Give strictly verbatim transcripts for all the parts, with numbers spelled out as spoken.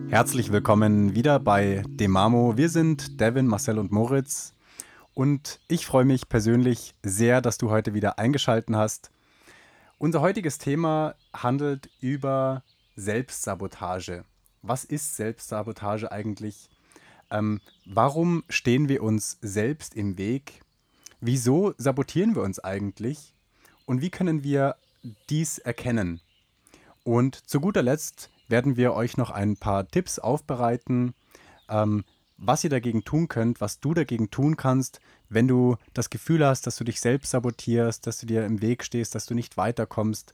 Herzlich willkommen wieder bei Demamo. Wir sind Devin, Marcel und Moritz und ich freue mich persönlich sehr, dass du heute wieder eingeschaltet hast. Unser heutiges Thema handelt über Selbstsabotage. Was ist Selbstsabotage eigentlich? Ähm, warum stehen wir uns selbst im Weg? Wieso sabotieren wir uns eigentlich? Und wie können wir dies erkennen? Und zu guter Letzt werden wir euch noch ein paar Tipps aufbereiten, ähm, was ihr dagegen tun könnt, was du dagegen tun kannst, wenn du das Gefühl hast, dass du dich selbst sabotierst, dass du dir im Weg stehst, dass du nicht weiterkommst.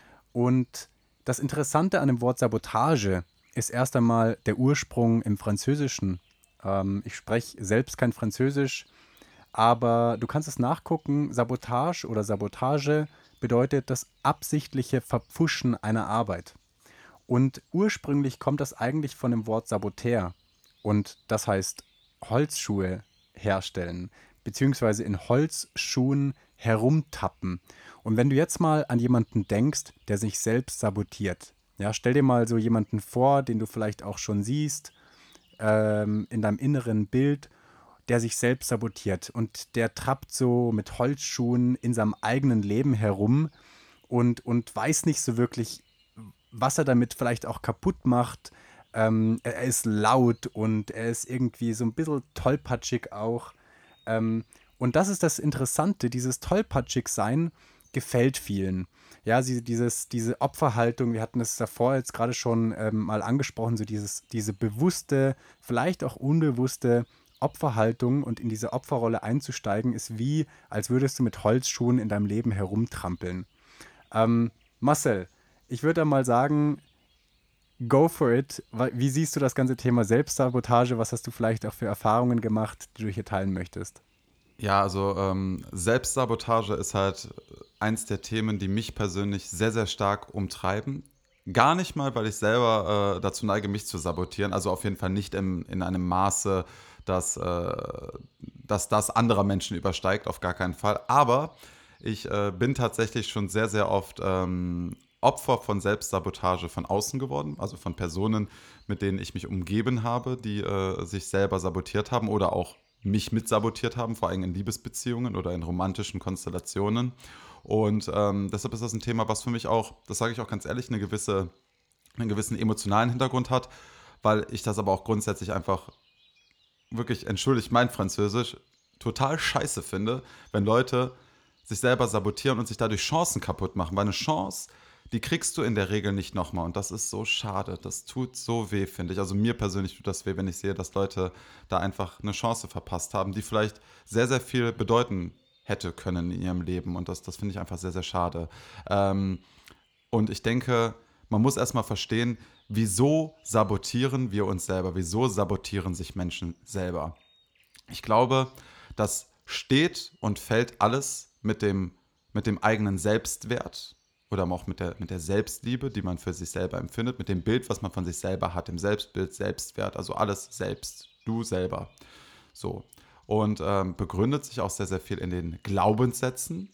Und das Interessante an dem Wort Sabotage ist erst einmal der Ursprung im Französischen. Ähm, ich spreche selbst kein Französisch, aber du kannst es nachgucken. Sabotage oder Sabotage bedeutet das absichtliche Verpfuschen einer Arbeit. Und ursprünglich kommt das eigentlich von dem Wort Saboteur. Und das heißt Holzschuhe herstellen, beziehungsweise in Holzschuhen herumtappen. Und wenn du jetzt mal an jemanden denkst, der sich selbst sabotiert, ja, stell dir mal so jemanden vor, den du vielleicht auch schon siehst, ähm, in deinem inneren Bild, der sich selbst sabotiert und der trappt so mit Holzschuhen in seinem eigenen Leben herum und, und weiß nicht so wirklich, was er damit vielleicht auch kaputt macht. Ähm, er, er ist laut und er ist irgendwie so ein bisschen tollpatschig auch. Ähm, und das ist das Interessante, dieses Tollpatschig-Sein gefällt vielen. Ja, sie, dieses, diese Opferhaltung, wir hatten es davor jetzt gerade schon ähm, mal angesprochen, so dieses, diese bewusste, vielleicht auch unbewusste Opferhaltung und in diese Opferrolle einzusteigen, ist wie, als würdest du mit Holzschuhen in deinem Leben herumtrampeln. Ähm, Marcel, ich würde da mal sagen, go for it. Wie siehst du das ganze Thema Selbstsabotage? Was hast du vielleicht auch für Erfahrungen gemacht, die du hier teilen möchtest? Ja, also ähm, Selbstsabotage ist halt eins der Themen, die mich persönlich sehr, sehr stark umtreiben. Gar nicht mal, weil ich selber äh, dazu neige, mich zu sabotieren. Also auf jeden Fall nicht im, in einem Maße, dass, äh, dass das anderer Menschen übersteigt, auf gar keinen Fall. Aber ich äh, bin tatsächlich schon sehr, sehr oft ähm, Opfer von Selbstsabotage von außen geworden. Also von Personen, mit denen ich mich umgeben habe, die äh, sich selber sabotiert haben oder auch mich mit sabotiert haben, vor allem in Liebesbeziehungen oder in romantischen Konstellationen. Und ähm, deshalb ist das ein Thema, was für mich auch, das sage ich auch ganz ehrlich, eine gewisse, einen gewissen emotionalen Hintergrund hat, weil ich das aber auch grundsätzlich einfach wirklich, entschuldigt mein Französisch, total scheiße finde, wenn Leute sich selber sabotieren und sich dadurch Chancen kaputt machen. Weil eine Chance, die kriegst du in der Regel nicht nochmal. Und das ist so schade. Das tut so weh, finde ich. Also mir persönlich tut das weh, wenn ich sehe, dass Leute da einfach eine Chance verpasst haben, die vielleicht sehr, sehr viel bedeuten hätte können in ihrem Leben. Und das, das finde ich einfach sehr, sehr schade. Ähm, und ich denke, man muss erstmal verstehen, wieso sabotieren wir uns selber? Wieso sabotieren sich Menschen selber? Ich glaube, das steht und fällt alles mit dem, mit dem eigenen Selbstwert oder auch mit der, mit der Selbstliebe, die man für sich selber empfindet, mit dem Bild, was man von sich selber hat, dem Selbstbild, Selbstwert, also alles selbst, du selber. So. Und ähm, begründet sich auch sehr, sehr viel in den Glaubenssätzen.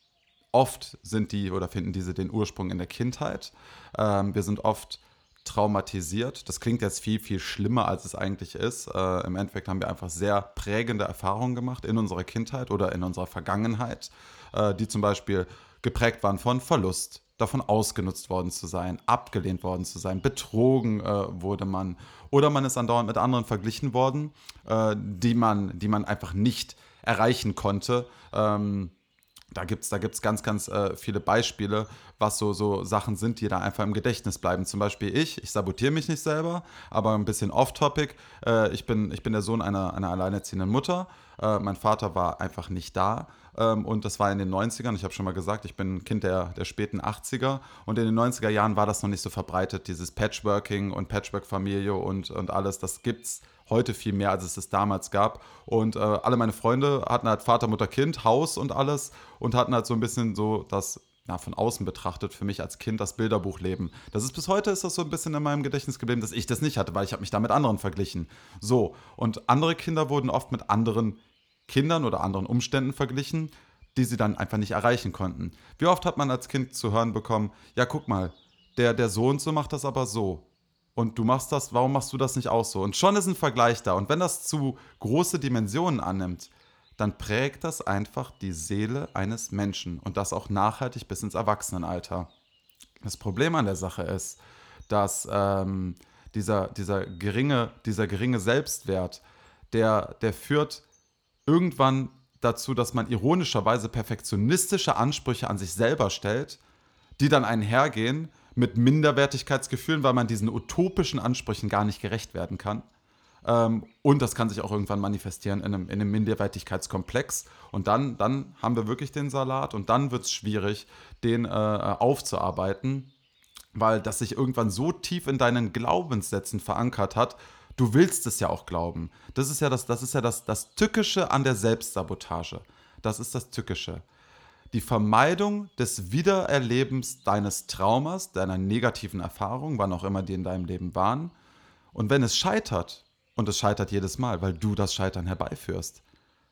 Oft sind die oder finden diese den Ursprung in der Kindheit. Ähm, wir sind oft traumatisiert. Das klingt jetzt viel, viel schlimmer, als es eigentlich ist. Äh, Im Endeffekt haben wir einfach sehr prägende Erfahrungen gemacht in unserer Kindheit oder in unserer Vergangenheit, äh, die zum Beispiel geprägt waren von Verlust, davon ausgenutzt worden zu sein, abgelehnt worden zu sein, betrogen äh, wurde man oder man ist andauernd mit anderen verglichen worden, äh, die, man, die man einfach nicht erreichen konnte. Ähm, da gibt es da gibt's ganz, ganz äh, viele Beispiele, was so, so Sachen sind, die da einfach im Gedächtnis bleiben. Zum Beispiel ich, ich sabotiere mich nicht selber, aber ein bisschen off-topic. Äh, ich, bin, ich bin der Sohn einer, einer alleinerziehenden Mutter. Äh, mein Vater war einfach nicht da. Ähm, und das war in den neunzigern. Ich habe schon mal gesagt, ich bin ein Kind der, der späten achtziger. Und in den neunziger Jahren war das noch nicht so verbreitet, dieses Patchworking und Patchwork-Familie und, und alles. Das gibt's heute viel mehr, als es es damals gab. Und äh, alle meine Freunde hatten halt Vater, Mutter, Kind, Haus und alles und hatten halt so ein bisschen so das, ja, von außen betrachtet für mich als Kind das Bilderbuchleben. Das ist bis heute ist das so ein bisschen in meinem Gedächtnis geblieben, dass ich das nicht hatte, weil ich habe mich da mit anderen verglichen. So, und andere Kinder wurden oft mit anderen Kindern oder anderen Umständen verglichen, die sie dann einfach nicht erreichen konnten. Wie oft hat man als Kind zu hören bekommen, ja, guck mal, der, der so und so macht das aber so. und du machst das, warum machst du das nicht auch so? Und schon ist ein Vergleich da. Und wenn das zu große Dimensionen annimmt, dann prägt das einfach die Seele eines Menschen und das auch nachhaltig bis ins Erwachsenenalter. Das Problem an der Sache ist, dass ähm, dieser, dieser, geringe, dieser geringe Selbstwert, der, der führt irgendwann dazu, dass man ironischerweise perfektionistische Ansprüche an sich selber stellt, die dann einhergehen mit Minderwertigkeitsgefühlen, weil man diesen utopischen Ansprüchen gar nicht gerecht werden kann. Ähm, und das kann sich auch irgendwann manifestieren in einem, in einem Minderwertigkeitskomplex. Und dann, dann haben wir wirklich den Salat und dann wird es schwierig, den äh, aufzuarbeiten, weil das sich irgendwann so tief in deinen Glaubenssätzen verankert hat. Du willst es ja auch glauben. Das ist ja das, das, ist ja das, das Tückische an der Selbstsabotage. Das ist das Tückische. Die Vermeidung des Wiedererlebens deines Traumas, deiner negativen Erfahrung, wann auch immer die in deinem Leben waren. Und wenn es scheitert, und es scheitert jedes Mal, weil du das Scheitern herbeiführst,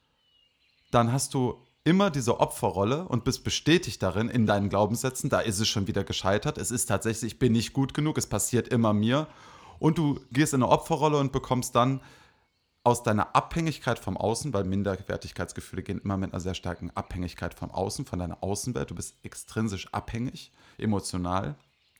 dann hast du immer diese Opferrolle und bist bestätigt darin in deinen Glaubenssätzen, da ist es schon wieder gescheitert, es ist tatsächlich, ich bin nicht gut genug, es passiert immer mir. Und du gehst in eine Opferrolle und bekommst dann aus deiner Abhängigkeit vom Außen, weil Minderwertigkeitsgefühle gehen immer mit einer sehr starken Abhängigkeit vom Außen, von deiner Außenwelt, du bist extrinsisch abhängig, emotional,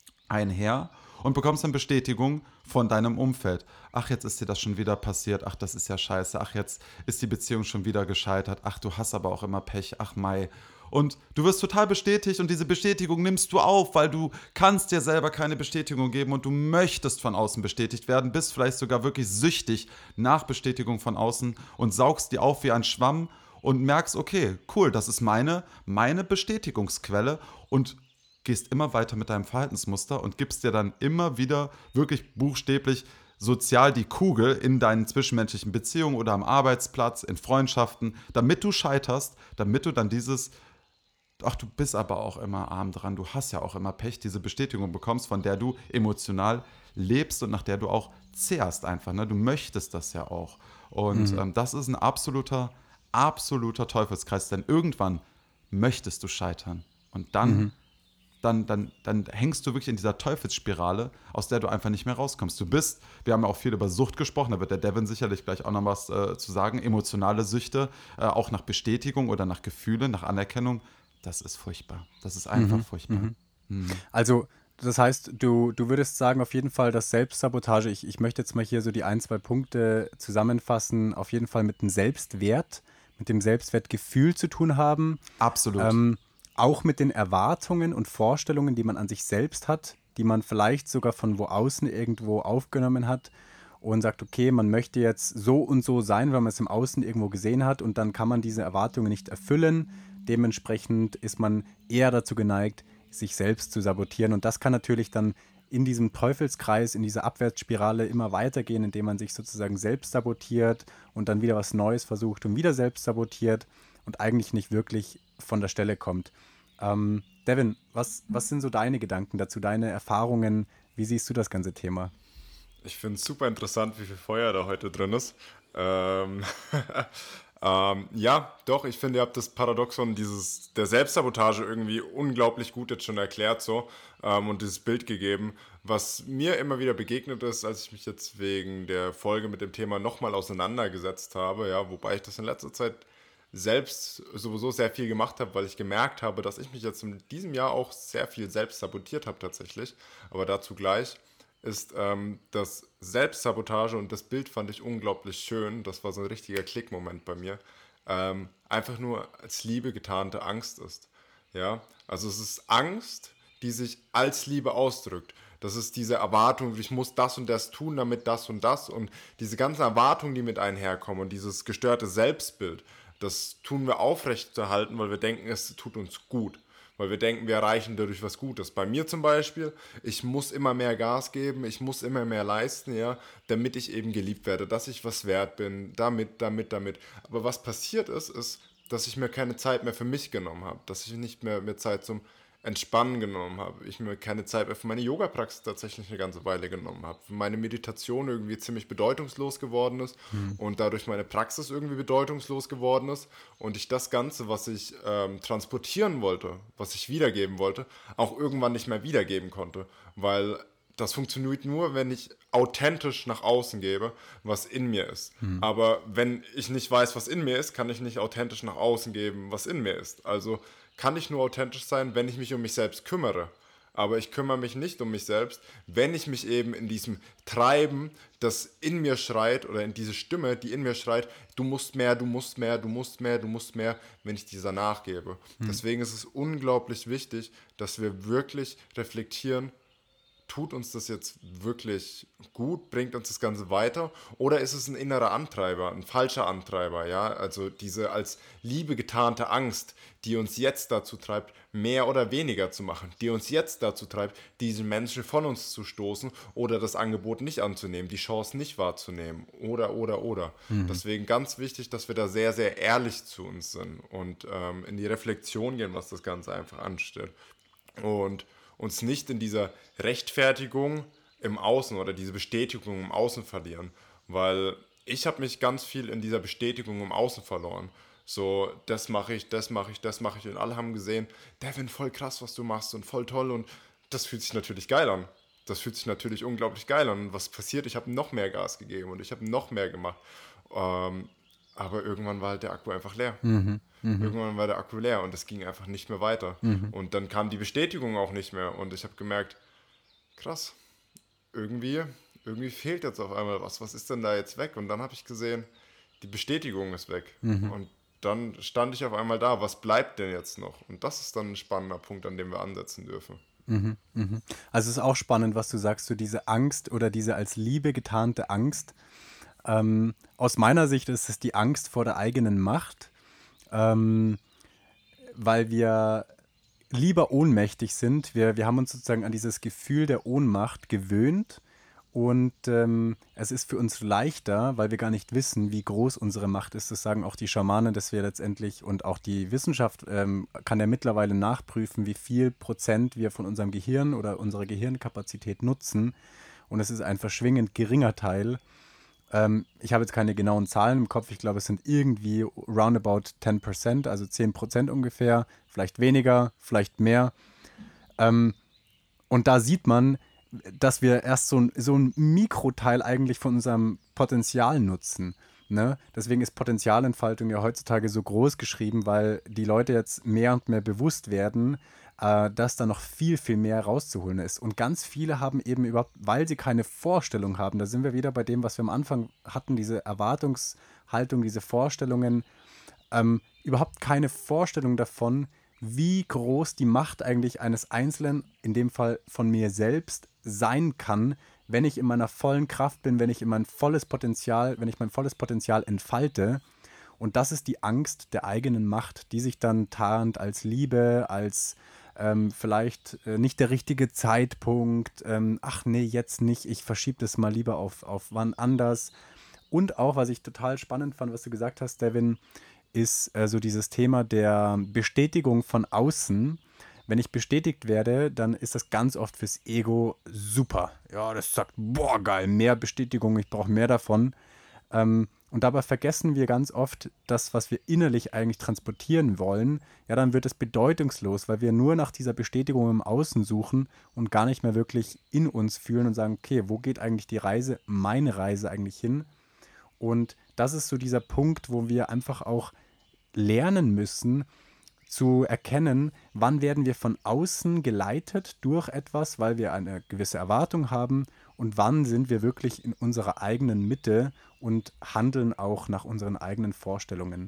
einher und bekommst dann Bestätigung von deinem Umfeld. Ach, jetzt ist dir das schon wieder passiert. Ach, das ist ja scheiße. Ach, jetzt ist die Beziehung schon wieder gescheitert. Ach, du hast aber auch immer Pech. Ach, Mai. Und du wirst total bestätigt und diese Bestätigung nimmst du auf, weil du kannst dir selber keine Bestätigung geben und du möchtest von außen bestätigt werden, bist vielleicht sogar wirklich süchtig nach Bestätigung von außen und saugst die auf wie ein Schwamm und merkst, okay, cool, das ist meine, meine Bestätigungsquelle und gehst immer weiter mit deinem Verhaltensmuster und gibst dir dann immer wieder wirklich buchstäblich sozial die Kugel in deinen zwischenmenschlichen Beziehungen oder am Arbeitsplatz, in Freundschaften, damit du scheiterst, damit du dann dieses, ach, du bist aber auch immer arm dran, du hast ja auch immer Pech, diese Bestätigung bekommst, von der du emotional lebst und nach der du auch zehrst einfach, ne? Du möchtest das ja auch. Und Mhm. ähm, das ist ein absoluter, absoluter Teufelskreis, denn irgendwann möchtest du scheitern und dann Mhm. dann, dann, dann hängst du wirklich in dieser Teufelsspirale, aus der du einfach nicht mehr rauskommst. Du bist, wir haben ja auch viel über Sucht gesprochen, da wird der Devin sicherlich gleich auch noch was äh, zu sagen, emotionale Süchte, äh, auch nach Bestätigung oder nach Gefühle, nach Anerkennung, das ist furchtbar. Das ist einfach Mhm. furchtbar. Mhm. Mhm. Also, das heißt, du, du würdest sagen, auf jeden Fall, dass Selbstsabotage, ich, ich möchte jetzt mal hier so die ein, zwei Punkte zusammenfassen, auf jeden Fall mit dem Selbstwert, mit dem Selbstwertgefühl zu tun haben. Absolut. Ähm, auch mit den Erwartungen und Vorstellungen, die man an sich selbst hat, die man vielleicht sogar von wo außen irgendwo aufgenommen hat und sagt, okay, man möchte jetzt so und so sein, weil man es im Außen irgendwo gesehen hat und dann kann man diese Erwartungen nicht erfüllen. Dementsprechend ist man eher dazu geneigt, sich selbst zu sabotieren und das kann natürlich dann in diesem Teufelskreis, in dieser Abwärtsspirale immer weitergehen, indem man sich sozusagen selbst sabotiert und dann wieder was Neues versucht und wieder selbst sabotiert und eigentlich nicht wirklich von der Stelle kommt. Ähm, Devin, was, was sind so deine Gedanken dazu, deine Erfahrungen? Wie siehst du das ganze Thema? Ich finde es super interessant, wie viel Feuer da heute drin ist. Ähm, ähm, ja, doch, ich finde, ihr habt das Paradoxon dieses, der Selbstsabotage irgendwie unglaublich gut jetzt schon erklärt so ähm, und dieses Bild gegeben. Was mir immer wieder begegnet ist, als ich mich jetzt wegen der Folge mit dem Thema nochmal auseinandergesetzt habe, ja, wobei ich das in letzter Zeit selbst sowieso sehr viel gemacht habe, weil ich gemerkt habe, dass ich mich jetzt in diesem Jahr auch sehr viel selbst sabotiert habe tatsächlich. Aber dazu gleich ist ähm, das Selbstsabotage und das Bild fand ich unglaublich schön. Das war so ein richtiger Klickmoment bei mir. Ähm, einfach nur als Liebe getarnte Angst ist. Ja, also es ist Angst, die sich als Liebe ausdrückt. Das ist diese Erwartung, ich muss das und das tun, damit das und das und diese ganzen Erwartungen, die mit einherkommen und dieses gestörte Selbstbild, das tun wir aufrechterhalten, weil wir denken, es tut uns gut. Weil wir denken, wir erreichen dadurch was Gutes. Bei mir zum Beispiel, ich muss immer mehr Gas geben, ich muss immer mehr leisten, ja, damit ich eben geliebt werde, dass ich was wert bin, damit, damit, damit. Aber was passiert ist, ist, dass ich mir keine Zeit mehr für mich genommen habe, dass ich nicht mehr, mehr Zeit zum Entspannen genommen habe, ich mir keine Zeit mehr für meine Yoga-Praxis tatsächlich eine ganze Weile genommen habe, für meine Meditation irgendwie ziemlich bedeutungslos geworden ist Hm. und dadurch meine Praxis irgendwie bedeutungslos geworden ist und ich das Ganze, was ich ähm, transportieren wollte, was ich wiedergeben wollte, auch irgendwann nicht mehr wiedergeben konnte, weil das funktioniert nur, wenn ich authentisch nach außen gebe, was in mir ist. Mhm. Aber wenn ich nicht weiß, was in mir ist, kann ich nicht authentisch nach außen geben, was in mir ist. Also kann ich nur authentisch sein, wenn ich mich um mich selbst kümmere. Aber ich kümmere mich nicht um mich selbst, wenn ich mich eben in diesem Treiben, das in mir schreit, oder in diese Stimme, die in mir schreit, du musst mehr, du musst mehr, du musst mehr, du musst mehr, wenn ich dieser nachgebe. Hm. Deswegen ist es unglaublich wichtig, dass wir wirklich reflektieren, tut uns das jetzt wirklich gut, bringt uns das Ganze weiter, oder ist es ein innerer Antreiber, ein falscher Antreiber, ja, also diese als Liebe getarnte Angst, die uns jetzt dazu treibt, mehr oder weniger zu machen, die uns jetzt dazu treibt, diesen Menschen von uns zu stoßen oder das Angebot nicht anzunehmen, die Chance nicht wahrzunehmen, oder, oder, oder. Mhm. Deswegen ganz wichtig, dass wir da sehr, sehr ehrlich zu uns sind und ähm, in die Reflexion gehen, was das Ganze einfach anstellt. Und uns nicht in dieser Rechtfertigung im Außen oder diese Bestätigung im Außen verlieren, weil ich habe mich ganz viel in dieser Bestätigung im Außen verloren. So, das mache ich, das mache ich, das mache ich und alle haben gesehen, Devin, voll krass, was du machst und voll toll und das fühlt sich natürlich geil an. Das fühlt sich natürlich unglaublich geil an. Und was passiert? Ich habe noch mehr Gas gegeben und ich habe noch mehr gemacht. Ähm, aber irgendwann war halt der Akku einfach leer. Mhm. Mhm. Irgendwann war der Akku leer und es ging einfach nicht mehr weiter. Mhm. Und dann kam die Bestätigung auch nicht mehr. Und ich habe gemerkt, krass, irgendwie, irgendwie fehlt jetzt auf einmal was. Was ist denn da jetzt weg? Und dann habe ich gesehen, die Bestätigung ist weg. Mhm. Und dann stand ich auf einmal da, was bleibt denn jetzt noch? Und das ist dann ein spannender Punkt, an dem wir ansetzen dürfen. Mhm. Mhm. Also es ist auch spannend, was du sagst, so diese Angst oder diese als Liebe getarnte Angst. Ähm, aus meiner Sicht ist es die Angst vor der eigenen Macht. Ähm, weil wir lieber ohnmächtig sind. Wir, wir haben uns sozusagen an dieses Gefühl der Ohnmacht gewöhnt und ähm, es ist für uns leichter, weil wir gar nicht wissen, wie groß unsere Macht ist. Das sagen auch die Schamanen, dass wir letztendlich, und auch die Wissenschaft ähm, kann ja mittlerweile nachprüfen, wie viel Prozent wir von unserem Gehirn oder unserer Gehirnkapazität nutzen, und es ist ein verschwindend geringer Teil. Ich habe jetzt keine genauen Zahlen im Kopf. Ich glaube, es sind irgendwie roundabout zehn Prozent, also zehn Prozent ungefähr. Vielleicht weniger, vielleicht mehr. Und da sieht man, dass wir erst so ein, so ein Mikroteil eigentlich von unserem Potenzial nutzen. Ne? Deswegen ist Potenzialentfaltung ja heutzutage so groß geschrieben, weil die Leute jetzt mehr und mehr bewusst werden, dass da noch viel, viel mehr rauszuholen ist. Und ganz viele haben eben überhaupt, weil sie keine Vorstellung haben, da sind wir wieder bei dem, was wir am Anfang hatten, diese Erwartungshaltung, diese Vorstellungen, ähm, überhaupt keine Vorstellung davon, wie groß die Macht eigentlich eines Einzelnen, in dem Fall von mir selbst, sein kann, wenn ich in meiner vollen Kraft bin, wenn ich in mein volles Potenzial, wenn ich mein volles Potenzial entfalte. Und das ist die Angst der eigenen Macht, die sich dann tarnt als Liebe, als ähm, vielleicht äh, nicht der richtige Zeitpunkt, ähm, ach nee, jetzt nicht, ich verschiebe das mal lieber auf, auf wann anders. Und auch, was ich total spannend fand, was du gesagt hast, Devin, ist äh, so dieses Thema der Bestätigung von außen. Wenn ich bestätigt werde, dann ist das ganz oft fürs Ego super. Ja, das sagt, boah, geil, mehr Bestätigung, ich brauche mehr davon. Ähm, Und dabei vergessen wir ganz oft das, was wir innerlich eigentlich transportieren wollen. Ja, dann wird es bedeutungslos, weil wir nur nach dieser Bestätigung im Außen suchen und gar nicht mehr wirklich in uns fühlen und sagen, okay, wo geht eigentlich die Reise, meine Reise eigentlich hin? Und das ist so dieser Punkt, wo wir einfach auch lernen müssen, zu erkennen, wann werden wir von außen geleitet durch etwas, weil wir eine gewisse Erwartung haben, und wann sind wir wirklich in unserer eigenen Mitte und handeln auch nach unseren eigenen Vorstellungen.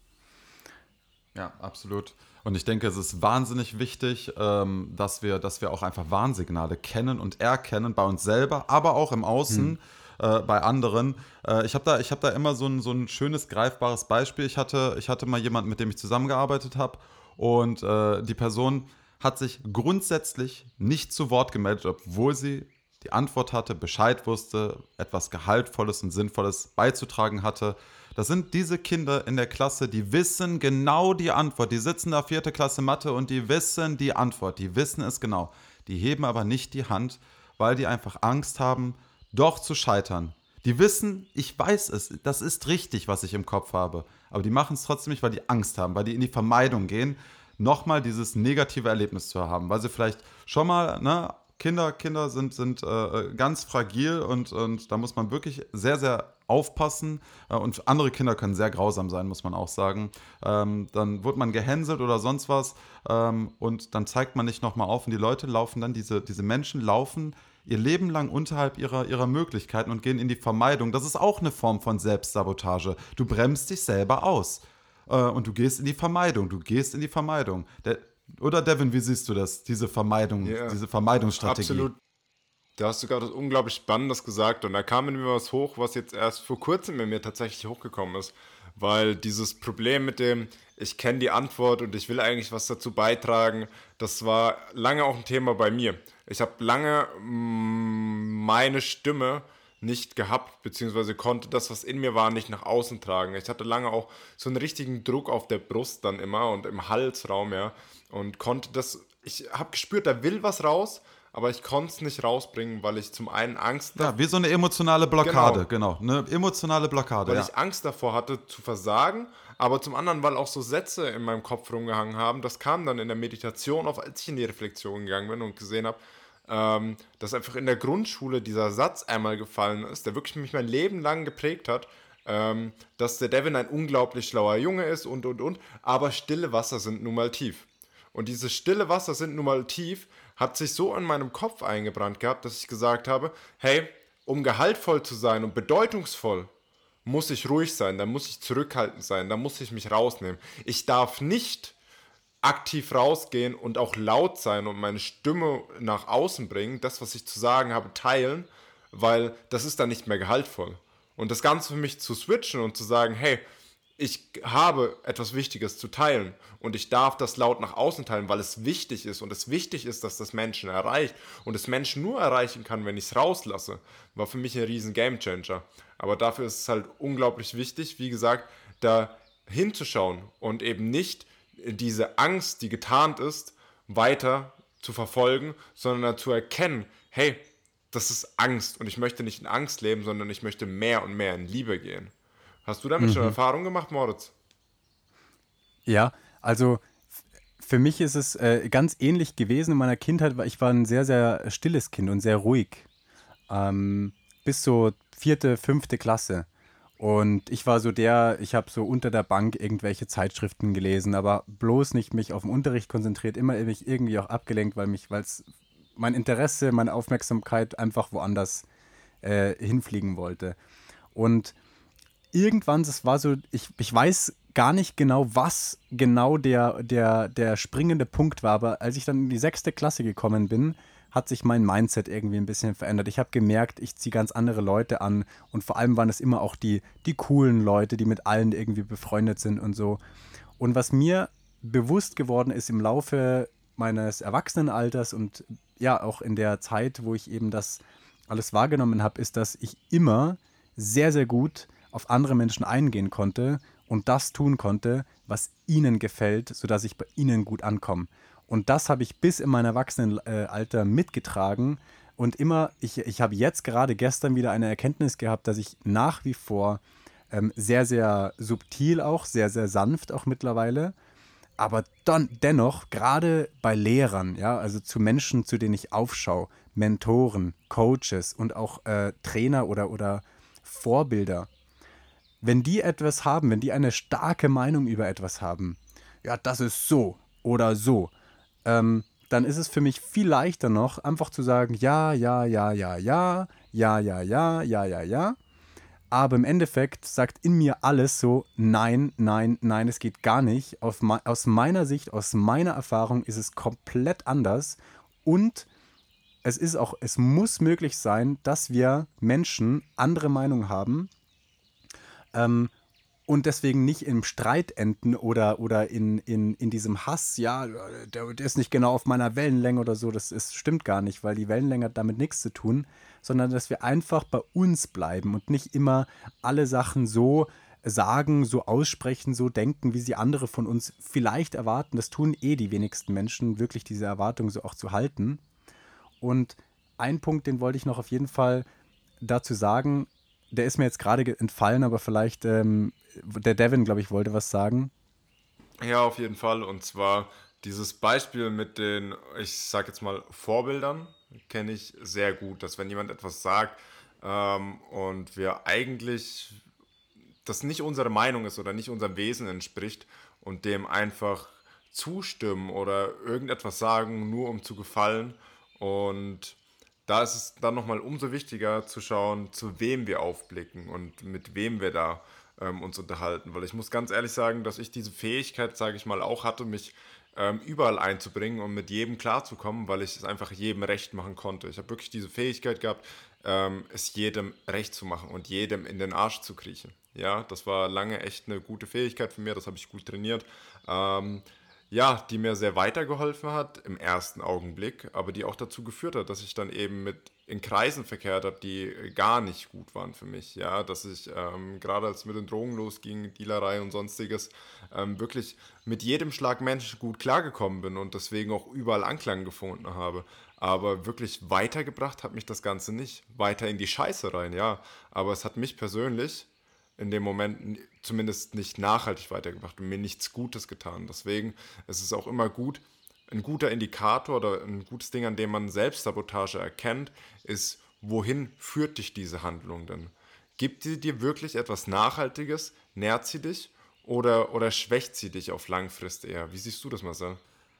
Ja, absolut. Und ich denke, es ist wahnsinnig wichtig, ähm, dass wir, dass wir auch einfach Warnsignale kennen und erkennen bei uns selber, aber auch im Außen, hm. äh, bei anderen. Äh, ich habe da, ich hab da immer so ein, so ein schönes, greifbares Beispiel. Ich hatte, ich hatte mal jemanden, mit dem ich zusammengearbeitet habe, und äh, die Person hat sich grundsätzlich nicht zu Wort gemeldet, obwohl sie die Antwort hatte, Bescheid wusste, etwas Gehaltvolles und Sinnvolles beizutragen hatte. Das sind diese Kinder in der Klasse, die wissen genau die Antwort. Die sitzen da vierte Klasse Mathe und die wissen die Antwort. Die wissen es genau. Die heben aber nicht die Hand, weil die einfach Angst haben, doch zu scheitern. Die wissen, ich weiß es, das ist richtig, was ich im Kopf habe. Aber die machen es trotzdem nicht, weil die Angst haben, weil die in die Vermeidung gehen, nochmal dieses negative Erlebnis zu haben. Weil sie vielleicht schon mal, ne, Kinder, Kinder sind, sind äh, ganz fragil und, und da muss man wirklich sehr, sehr aufpassen. Äh, und andere Kinder können sehr grausam sein, muss man auch sagen. Ähm, dann wird man gehänselt oder sonst was ähm, und dann zeigt man nicht nochmal auf und die Leute laufen dann, diese, diese Menschen laufen ihr Leben lang unterhalb ihrer, ihrer Möglichkeiten und gehen in die Vermeidung. Das ist auch eine Form von Selbstsabotage. Du bremst dich selber aus äh, und du gehst in die Vermeidung. Du gehst in die Vermeidung. Der, oder Devin, wie siehst du das, diese Vermeidung, Ja, diese Vermeidungsstrategie? absolut. Da hast du gerade was unglaublich Spannendes gesagt und da kam in mir was hoch, was jetzt erst vor kurzem in mir tatsächlich hochgekommen ist. Weil dieses Problem mit dem, ich kenne die Antwort und ich will eigentlich was dazu beitragen, das war lange auch ein Thema bei mir. Ich habe lange mm, meine Stimme nicht gehabt, beziehungsweise konnte das, was in mir war, nicht nach außen tragen. Ich hatte lange auch so einen richtigen Druck auf der Brust dann immer und im Halsraum, ja, und konnte das, ich habe gespürt, da will was raus, aber ich konnte es nicht rausbringen, weil ich zum einen Angst Ja, wie so eine emotionale Blockade, genau. Genau. Eine emotionale Blockade, weil ja. ich Angst davor hatte zu versagen, aber zum anderen, weil auch so Sätze in meinem Kopf rumgehangen haben. Das kam dann in der Meditation auf, als ich in die Reflexion gegangen bin und gesehen habe, ähm, dass einfach in der Grundschule dieser Satz einmal gefallen ist, der wirklich mich mein Leben lang geprägt hat, ähm, dass der Devin ein unglaublich schlauer Junge ist und, und, und, aber stille Wasser sind nun mal tief. Und diese stille Wasser sind nun mal tief, hat sich so in meinem Kopf eingebrannt gehabt, dass ich gesagt habe, hey, um gehaltvoll zu sein und bedeutungsvoll, muss ich ruhig sein, dann muss ich zurückhaltend sein, dann muss ich mich rausnehmen. Ich darf nicht aktiv rausgehen und auch laut sein und meine Stimme nach außen bringen, das, was ich zu sagen habe, teilen, weil das ist dann nicht mehr gehaltvoll. Und das Ganze für mich zu switchen und zu sagen, hey, ich habe etwas Wichtiges zu teilen und ich darf das laut nach außen teilen, weil es wichtig ist und es wichtig ist, dass das Menschen erreicht und es Menschen nur erreichen kann, wenn ich es rauslasse, war für mich ein riesen Gamechanger. Aber dafür ist es halt unglaublich wichtig, wie gesagt, da hinzuschauen und eben nicht diese Angst, die getarnt ist, weiter zu verfolgen, sondern zu erkennen, hey, das ist Angst und ich möchte nicht in Angst leben, sondern ich möchte mehr und mehr in Liebe gehen. Hast du damit schon Erfahrung gemacht, Moritz? Ja, also f- für mich ist es äh, ganz ähnlich gewesen in meiner Kindheit, weil ich war ein sehr, sehr stilles Kind und sehr ruhig. Ähm, bis so vierte, fünfte Klasse. Und ich war so der, ich habe so unter der Bank irgendwelche Zeitschriften gelesen, aber bloß nicht mich auf den Unterricht konzentriert, immer mich irgendwie auch abgelenkt, weil mich, weil es mein Interesse, meine Aufmerksamkeit einfach woanders äh, hinfliegen wollte. Und irgendwann, das war so, ich, ich weiß gar nicht genau, was genau der, der, der springende Punkt war, aber als ich dann in die sechste Klasse gekommen bin, hat sich mein Mindset irgendwie ein bisschen verändert. Ich habe gemerkt, ich ziehe ganz andere Leute an und vor allem waren es immer auch die, die coolen Leute, die mit allen irgendwie befreundet sind und so. Und was mir bewusst geworden ist im Laufe meines Erwachsenenalters und ja auch in der Zeit, wo ich eben das alles wahrgenommen habe, ist, dass ich immer sehr, sehr gut auf andere Menschen eingehen konnte und das tun konnte, was ihnen gefällt, sodass ich bei ihnen gut ankomme. Und das habe ich bis in mein Erwachsenenalter mitgetragen. Und immer, ich, ich habe jetzt gerade gestern wieder eine Erkenntnis gehabt, dass ich nach wie vor ähm, sehr, sehr subtil auch, sehr, sehr sanft auch mittlerweile, aber dann dennoch, gerade bei Lehrern, ja, also zu Menschen, zu denen ich aufschaue, Mentoren, Coaches und auch äh, Trainer oder, oder Vorbilder, wenn die etwas haben, wenn die eine starke Meinung über etwas haben, ja, das ist so oder so, ähm, dann ist es für mich viel leichter noch, einfach zu sagen, ja, ja, ja, ja, ja, ja, ja, ja, ja, ja, ja. Aber im Endeffekt sagt in mir alles so, nein, nein, nein, es geht gar nicht. Auf me- aus meiner Sicht, aus meiner Erfahrung ist es komplett anders. Und es ist auch, es muss möglich sein, dass wir Menschen andere Meinungen haben, ähm, und deswegen nicht im Streit enden oder, oder in, in, in diesem Hass, ja, der, der ist nicht genau auf meiner Wellenlänge oder so, das ist, stimmt gar nicht, weil die Wellenlänge hat damit nichts zu tun, sondern dass wir einfach bei uns bleiben und nicht immer alle Sachen so sagen, so aussprechen, so denken, wie sie andere von uns vielleicht erwarten. Das tun eh die wenigsten Menschen, wirklich diese Erwartung so auch zu halten. Und ein Punkt, den wollte ich noch auf jeden Fall dazu sagen, der ist mir jetzt gerade ge- entfallen, aber vielleicht, ähm, der Devin, glaube ich, wollte was sagen. Ja, auf jeden Fall. Und zwar Dieses Beispiel mit den, ich sag jetzt mal, Vorbildern kenne ich sehr gut, dass wenn jemand etwas sagt ähm, und wir eigentlich, das nicht unsere Meinung ist oder nicht unserem Wesen entspricht und dem einfach zustimmen oder irgendetwas sagen, nur um zu gefallen. Und da ist es dann nochmal umso wichtiger zu schauen, zu wem wir aufblicken und mit wem wir da ähm, uns unterhalten. Weil ich muss ganz ehrlich sagen, dass ich diese Fähigkeit, sage ich mal, auch hatte, mich ähm, überall einzubringen und mit jedem klarzukommen, weil ich es einfach jedem recht machen konnte. Ich habe wirklich diese Fähigkeit gehabt, ähm, es jedem recht zu machen und jedem in den Arsch zu kriechen. Ja, das war lange echt eine gute Fähigkeit von mir, das habe ich gut trainiert. Ähm, ja, die mir sehr weitergeholfen hat im ersten Augenblick, aber die auch dazu geführt hat, dass ich dann eben mit in Kreisen verkehrt habe, die gar nicht gut waren für mich. Ja, dass ich ähm, gerade als es mit den Drogen losging, Dealerei und sonstiges, ähm, wirklich mit jedem Schlag Mensch gut klargekommen bin und deswegen auch überall Anklang gefunden habe. Aber wirklich weitergebracht hat mich das Ganze nicht. Weiter in die Scheiße rein, ja. Aber es hat mich persönlich in dem Moment n- zumindest nicht nachhaltig weitergebracht und mir nichts Gutes getan. Deswegen ist es auch immer gut, ein guter Indikator oder ein gutes Ding, an dem man Selbstsabotage erkennt, ist, wohin führt dich diese Handlung denn? Gibt sie dir wirklich etwas Nachhaltiges? Nährt sie dich? Oder, oder schwächt sie dich auf Langfrist eher? Wie siehst du das, Marcel?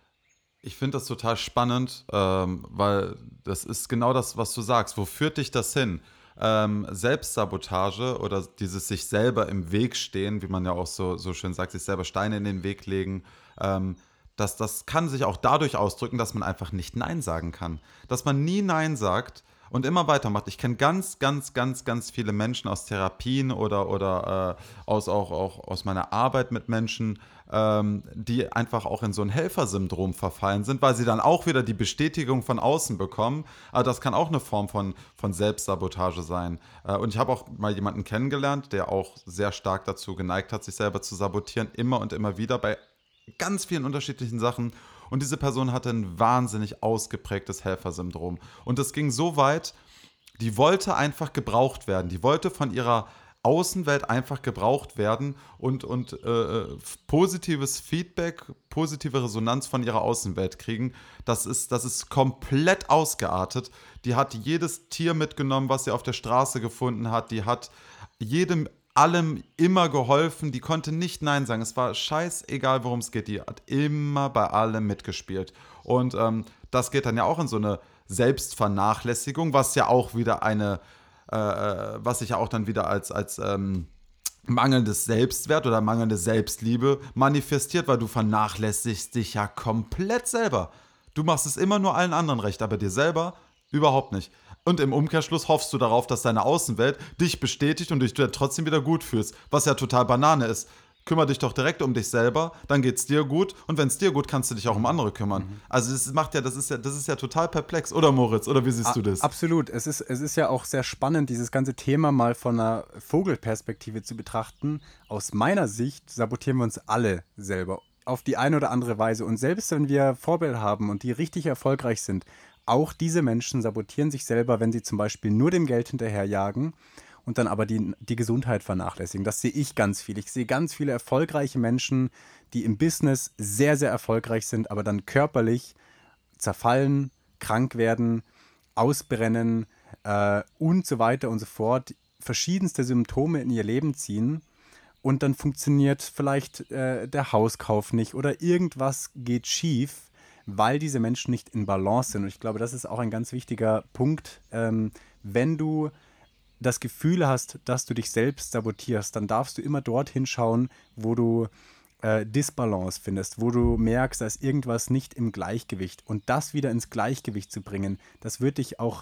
Ich finde das total spannend, ähm, weil das ist genau das, was du sagst. Wo führt dich das hin? Ähm, Selbstsabotage oder dieses sich selber im Weg stehen, wie man ja auch so, so schön sagt, sich selber Steine in den Weg legen, ähm, das, das kann sich auch dadurch ausdrücken, dass man einfach nicht Nein sagen kann. Dass man nie Nein sagt und immer weitermacht. Ich kenne ganz, ganz, ganz, ganz viele Menschen aus Therapien oder, oder äh, aus, auch, auch aus meiner Arbeit mit Menschen, ähm, die einfach auch in so ein Helfersyndrom verfallen sind, weil sie dann auch wieder die Bestätigung von außen bekommen. Aber das kann auch eine Form von, von Selbstsabotage sein. Äh, und ich habe auch mal jemanden kennengelernt, der auch sehr stark dazu geneigt hat, sich selber zu sabotieren, immer und immer wieder bei ganz vielen unterschiedlichen Sachen. Und diese Person hatte ein wahnsinnig ausgeprägtes Helfersyndrom. Und es ging so weit, die wollte einfach gebraucht werden. Die wollte von ihrer Außenwelt einfach gebraucht werden und, und äh, positives Feedback, positive Resonanz von ihrer Außenwelt kriegen. Das ist, das ist komplett ausgeartet. Die hat jedes Tier mitgenommen, was sie auf der Straße gefunden hat. Die hat jedem, allem immer geholfen. Die konnte nicht Nein sagen. Es war scheißegal, worum es geht. Die hat immer bei allem mitgespielt. Und ähm, das geht dann ja auch in so eine Selbstvernachlässigung, was ja auch wieder eine, äh, was sich ja auch dann wieder als, als ähm, mangelndes Selbstwert oder mangelnde Selbstliebe manifestiert, weil du vernachlässigst dich ja komplett selber. Du machst es immer nur allen anderen recht, aber dir selber überhaupt nicht. Und im Umkehrschluss hoffst du darauf, dass deine Außenwelt dich bestätigt und dich du trotzdem wieder gut fühlst, was ja total Banane ist. Kümmere dich doch direkt um dich selber, dann geht's dir gut und wenn es dir gut, kannst du dich auch um andere kümmern. Mhm. Also das macht ja, das ist ja, das ist ja total perplex, oder Moritz? Oder wie siehst A- du das? Absolut. Es ist, es ist ja auch sehr spannend, dieses ganze Thema mal von einer Vogelperspektive zu betrachten. Aus meiner Sicht sabotieren wir uns alle selber auf die eine oder andere Weise. Und selbst wenn wir Vorbilder haben und die richtig erfolgreich sind, auch diese Menschen sabotieren sich selber, wenn sie zum Beispiel nur dem Geld hinterherjagen und dann aber die, die Gesundheit vernachlässigen. Das sehe ich ganz viel. Ich sehe ganz viele erfolgreiche Menschen, die im Business sehr, sehr erfolgreich sind, aber dann körperlich zerfallen, krank werden, ausbrennen äh, und so weiter und so fort, verschiedenste Symptome in ihr Leben ziehen und dann funktioniert vielleicht äh, der Hauskauf nicht oder irgendwas geht schief, weil diese Menschen nicht in Balance sind. Und ich glaube, das ist auch ein ganz wichtiger Punkt. Ähm, wenn du das Gefühl hast, dass du dich selbst sabotierst, dann darfst du immer dorthin schauen, wo du äh, Disbalance findest, wo du merkst, da ist irgendwas nicht im Gleichgewicht. Und das wieder ins Gleichgewicht zu bringen, das wird dich auch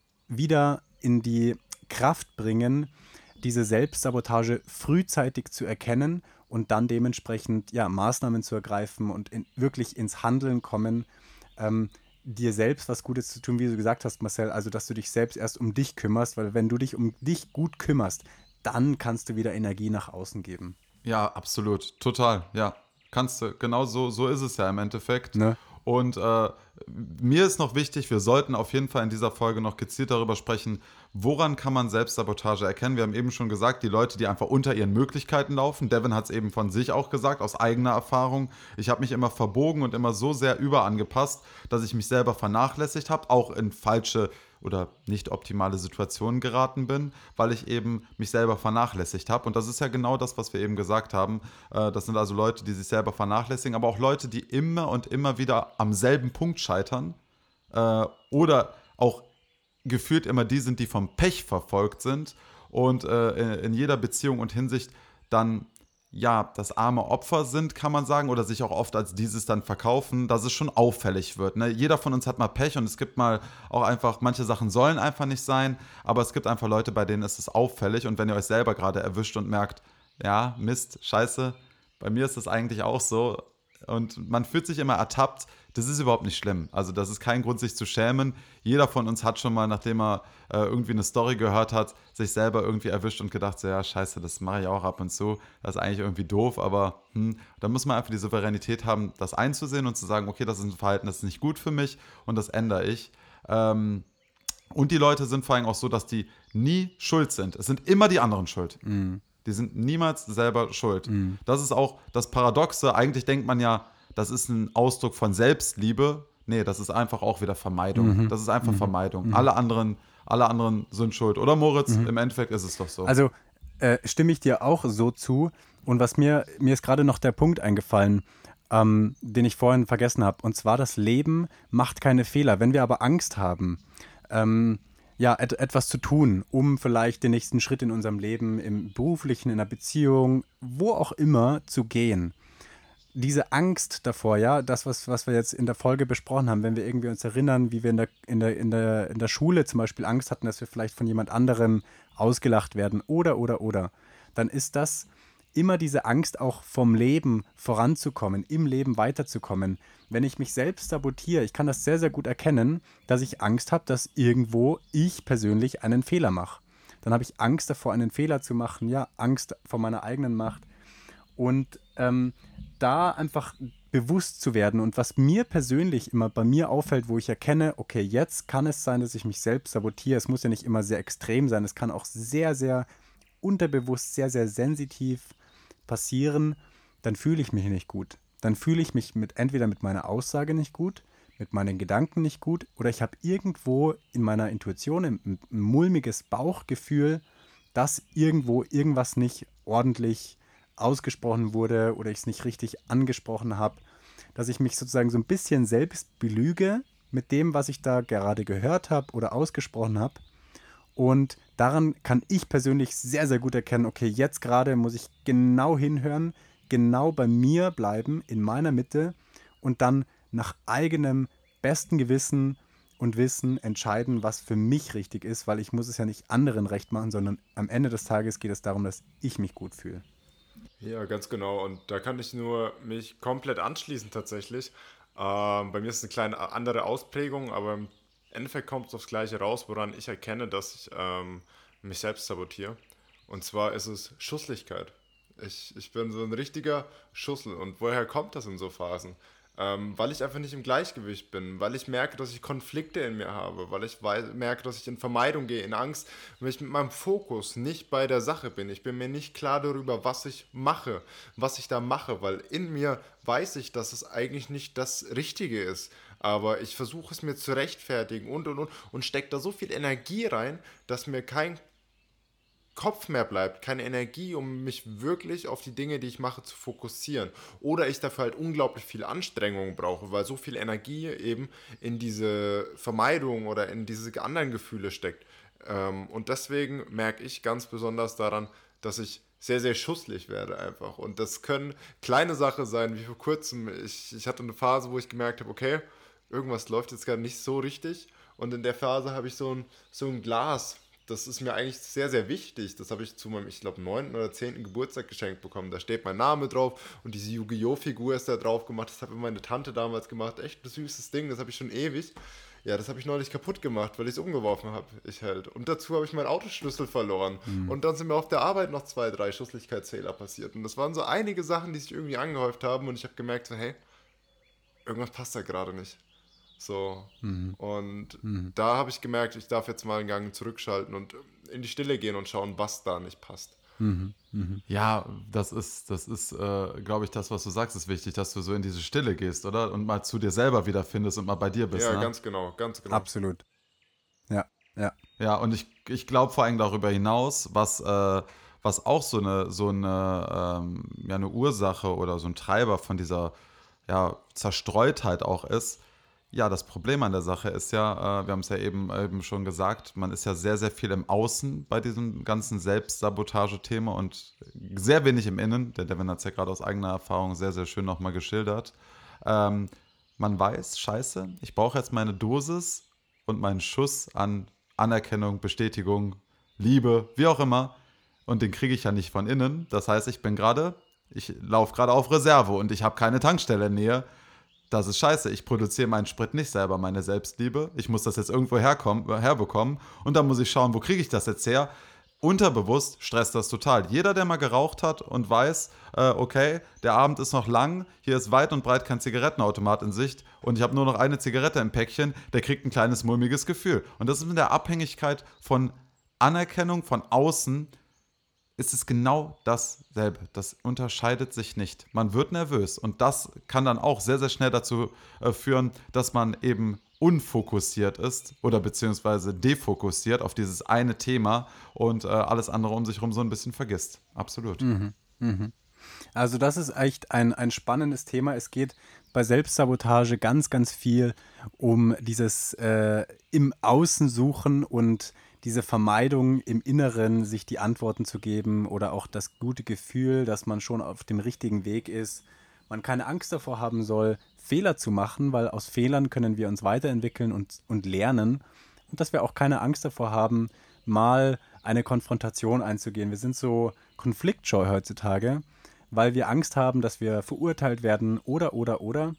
wieder in die Kraft bringen, diese Selbstsabotage frühzeitig zu erkennen und dann dementsprechend ja, Maßnahmen zu ergreifen und in, wirklich ins Handeln kommen, ähm, dir selbst was Gutes zu tun, wie du gesagt hast, Marcel, also dass du dich selbst erst um dich kümmerst, weil wenn du dich um dich gut kümmerst, dann kannst du wieder Energie nach außen geben. Ja, absolut. Total, ja. Kannst du, genau so, so ist es ja im Endeffekt. Ne? Und äh, mir ist noch wichtig, wir sollten auf jeden Fall in dieser Folge noch gezielt darüber sprechen, woran kann man Selbstsabotage erkennen. Wir haben eben schon gesagt, die Leute, die einfach unter ihren Möglichkeiten laufen. Devin hat es eben von sich auch gesagt, aus eigener Erfahrung. Ich habe mich immer verbogen und immer so sehr überangepasst, dass ich mich selber vernachlässigt habe, auch in falsche oder nicht optimale Situationen geraten bin, weil ich eben mich selber vernachlässigt habe. Und das ist ja genau das, was wir eben gesagt haben. Das sind also Leute, die sich selber vernachlässigen, aber auch Leute, die immer und immer wieder am selben Punkt scheitern oder auch gefühlt immer die sind, die vom Pech verfolgt sind und in jeder Beziehung und Hinsicht dann ja, das arme Opfer sind, kann man sagen, oder sich auch oft als dieses dann verkaufen, dass es schon auffällig wird. Ne? Jeder von uns hat mal Pech und es gibt mal auch einfach, manche Sachen sollen einfach nicht sein, aber es gibt einfach Leute, bei denen ist es auffällig und wenn ihr euch selber gerade erwischt und merkt, ja, Mist, scheiße, bei mir ist das eigentlich auch so und man fühlt sich immer ertappt, das ist überhaupt nicht schlimm. Also das ist kein Grund, sich zu schämen. Jeder von uns hat schon mal, nachdem er äh, irgendwie eine Story gehört hat, sich selber irgendwie erwischt und gedacht, so, ja, scheiße, das mache ich auch ab und zu. Das ist eigentlich irgendwie doof, aber hm, da muss man einfach die Souveränität haben, das einzusehen und zu sagen, okay, das ist ein Verhalten, das ist nicht gut für mich und das ändere ich. Ähm, und die Leute sind vor allem auch so, dass die nie schuld sind. Es sind immer die anderen schuld. Mhm. Die sind niemals selber schuld. Mhm. Das ist auch das Paradoxe. Eigentlich denkt man ja, das ist ein Ausdruck von Selbstliebe. Nee, das ist einfach auch wieder Vermeidung. Mhm. Das ist einfach mhm. Vermeidung. Mhm. Alle anderen, alle anderen sind schuld. Oder Moritz? Mhm. Im Endeffekt ist es doch so. Also äh, stimme ich dir auch so zu. Und was mir, mir ist gerade noch der Punkt eingefallen, ähm, den ich vorhin vergessen habe. Und zwar, das Leben macht keine Fehler. Wenn wir aber Angst haben, ähm, ja, et- etwas zu tun, um vielleicht den nächsten Schritt in unserem Leben, im beruflichen, in der Beziehung, wo auch immer zu gehen, diese Angst davor, ja, das, was, was wir jetzt in der Folge besprochen haben, wenn wir irgendwie uns erinnern, wie wir in der, in der, in der, in der Schule zum Beispiel Angst hatten, dass wir vielleicht von jemand anderem ausgelacht werden oder, oder, oder, dann ist das immer diese Angst auch vom Leben voranzukommen, im Leben weiterzukommen. Wenn ich mich selbst sabotiere, ich kann das sehr, sehr gut erkennen, dass ich Angst habe, dass irgendwo ich persönlich einen Fehler mache. Dann habe ich Angst davor, einen Fehler zu machen, ja, Angst vor meiner eigenen Macht. Und ähm, da einfach bewusst zu werden und was mir persönlich immer bei mir auffällt, wo ich erkenne, okay, jetzt kann es sein, dass ich mich selbst sabotiere. Es muss ja nicht immer sehr extrem sein, es kann auch sehr, sehr unterbewusst, sehr, sehr sensitiv passieren, dann fühle ich mich nicht gut. Dann fühle ich mich mit, entweder mit meiner Aussage nicht gut, mit meinen Gedanken nicht gut oder ich habe irgendwo in meiner Intuition ein, ein mulmiges Bauchgefühl, dass irgendwo irgendwas nicht ordentlich ausgesprochen wurde oder ich es nicht richtig angesprochen habe, dass ich mich sozusagen so ein bisschen selbst belüge mit dem, was ich da gerade gehört habe oder ausgesprochen habe. Und daran kann ich persönlich sehr, sehr gut erkennen, okay, jetzt gerade muss ich genau hinhören, genau bei mir bleiben, in meiner Mitte und dann nach eigenem besten Gewissen und Wissen entscheiden, was für mich richtig ist, weil ich muss es ja nicht anderen recht machen, sondern am Ende des Tages geht es darum, dass ich mich gut fühle. Ja, ganz genau. Und da kann ich nur mich komplett anschließen tatsächlich. Ähm, bei mir ist es eine kleine andere Ausprägung, aber im Endeffekt kommt es aufs Gleiche raus, woran ich erkenne, dass ich ähm, mich selbst sabotiere. Und zwar ist es Schusslichkeit. Ich, ich bin so ein richtiger Schussel. Und woher kommt das in so Phasen? Ähm, weil ich einfach nicht im Gleichgewicht bin, weil ich merke, dass ich Konflikte in mir habe, weil ich wei- merke, dass ich in Vermeidung gehe, in Angst, weil ich mit meinem Fokus nicht bei der Sache bin. Ich bin mir nicht klar darüber, was ich mache, was ich da mache, weil in mir weiß ich, dass es eigentlich nicht das Richtige ist. Aber ich versuche es mir zu rechtfertigen und und und und stecke da so viel Energie rein, dass mir kein Kopf mehr bleibt, keine Energie, um mich wirklich auf die Dinge, die ich mache, zu fokussieren. Oder ich dafür halt unglaublich viel Anstrengung brauche, weil so viel Energie eben in diese Vermeidung oder in diese anderen Gefühle steckt. Ähm, und deswegen merke ich ganz besonders daran, dass ich sehr, sehr schusslich werde einfach. Und das können kleine Sachen sein, wie vor kurzem. Ich, ich hatte eine Phase, wo ich gemerkt habe, okay, irgendwas läuft jetzt gerade nicht so richtig. Und in der Phase habe ich so ein, so ein Glas. Das ist mir eigentlich sehr, sehr wichtig. Das habe ich zu meinem, ich glaube, neunten oder zehnten Geburtstag geschenkt bekommen. Da steht mein Name drauf und diese Yu-Gi-Oh! Figur ist da drauf gemacht. Das hat mir meine Tante damals gemacht. Echt ein süßes Ding, das habe ich schon ewig. Ja, das habe ich neulich kaputt gemacht, weil ich es umgeworfen habe. Ich halt. Und dazu habe ich meinen Autoschlüssel verloren. Mhm. Und dann sind mir auf der Arbeit noch zwei, drei Schusslichkeitsfehler passiert. Und das waren so einige Sachen, die sich irgendwie angehäuft haben. Und ich habe gemerkt, so, hey, irgendwas passt da gerade nicht. So. Mhm. Und Mhm. da habe ich gemerkt, ich darf jetzt mal einen Gang zurückschalten und in die Stille gehen und schauen, was da nicht passt. Mhm. Mhm. Ja, das ist, das ist, äh, glaube ich, das, was du sagst, ist wichtig, dass du so in diese Stille gehst, oder? Und mal zu dir selber wiederfindest und mal bei dir bist, Ja, ne? ganz genau, ganz genau. Absolut. Ja, ja. Ja, und ich, ich glaube vor allem darüber hinaus, was, äh, was auch so eine, so eine, ähm, ja, eine Ursache oder so ein Treiber von dieser ja, Zerstreutheit auch ist. Ja, das Problem an der Sache ist ja, äh, wir haben es ja eben, eben schon gesagt, man ist ja sehr, sehr viel im Außen bei diesem ganzen Selbstsabotage-Thema und sehr wenig im Innen. Der Devin hat es ja gerade aus eigener Erfahrung sehr, sehr schön nochmal geschildert. Ähm, Man weiß, scheiße, ich brauche jetzt meine Dosis und meinen Schuss an Anerkennung, Bestätigung, Liebe, wie auch immer. Und den kriege ich ja nicht von innen. Das heißt, ich bin gerade, ich laufe gerade auf Reserve und ich habe keine Tankstelle in Nähe. Das ist scheiße. Ich produziere meinen Sprit nicht selber, meine Selbstliebe. Ich muss das jetzt irgendwo herkommen, herbekommen. Und dann muss ich schauen, wo kriege ich das jetzt her? Unterbewusst stresst das total. Jeder, der mal geraucht hat und weiß, äh, okay, der Abend ist noch lang, hier ist weit und breit kein Zigarettenautomat in Sicht und ich habe nur noch eine Zigarette im Päckchen, der kriegt ein kleines mulmiges Gefühl. Und das ist in der Abhängigkeit von Anerkennung von außen, ist es genau dasselbe. Das unterscheidet sich nicht. Man wird nervös und das kann dann auch sehr, sehr schnell dazu äh, führen, dass man eben unfokussiert ist oder beziehungsweise defokussiert auf dieses eine Thema und äh, alles andere um sich herum so ein bisschen vergisst. Absolut. Mhm. Mhm. Also das ist echt ein, ein spannendes Thema. Es geht bei Selbstsabotage ganz, ganz viel um dieses äh, im Außen suchen und diese Vermeidung im Inneren, sich die Antworten zu geben oder auch das gute Gefühl, dass man schon auf dem richtigen Weg ist. Man keine Angst davor haben soll, Fehler zu machen, weil aus Fehlern können wir uns weiterentwickeln und, und lernen. Und dass wir auch keine Angst davor haben, mal eine Konfrontation einzugehen. Wir sind so konfliktscheu heutzutage, weil wir Angst haben, dass wir verurteilt werden oder, oder, oder.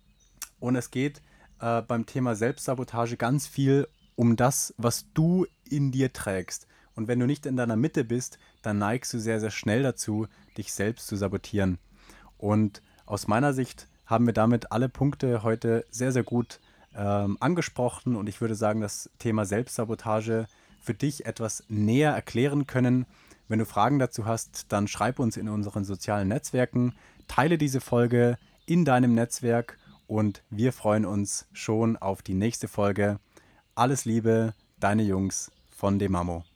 Und es geht äh, beim Thema Selbstsabotage ganz viel um das, was du in dir trägst. Und wenn du nicht in deiner Mitte bist, dann neigst du sehr, sehr schnell dazu, dich selbst zu sabotieren. Und aus meiner Sicht haben wir damit alle Punkte heute sehr, sehr gut ähm, angesprochen. Und ich würde sagen, das Thema Selbstsabotage für dich etwas näher erklären können. Wenn du Fragen dazu hast, dann schreib uns in unseren sozialen Netzwerken, teile diese Folge in deinem Netzwerk und wir freuen uns schon auf die nächste Folge. Alles Liebe, deine Jungs von Demamo.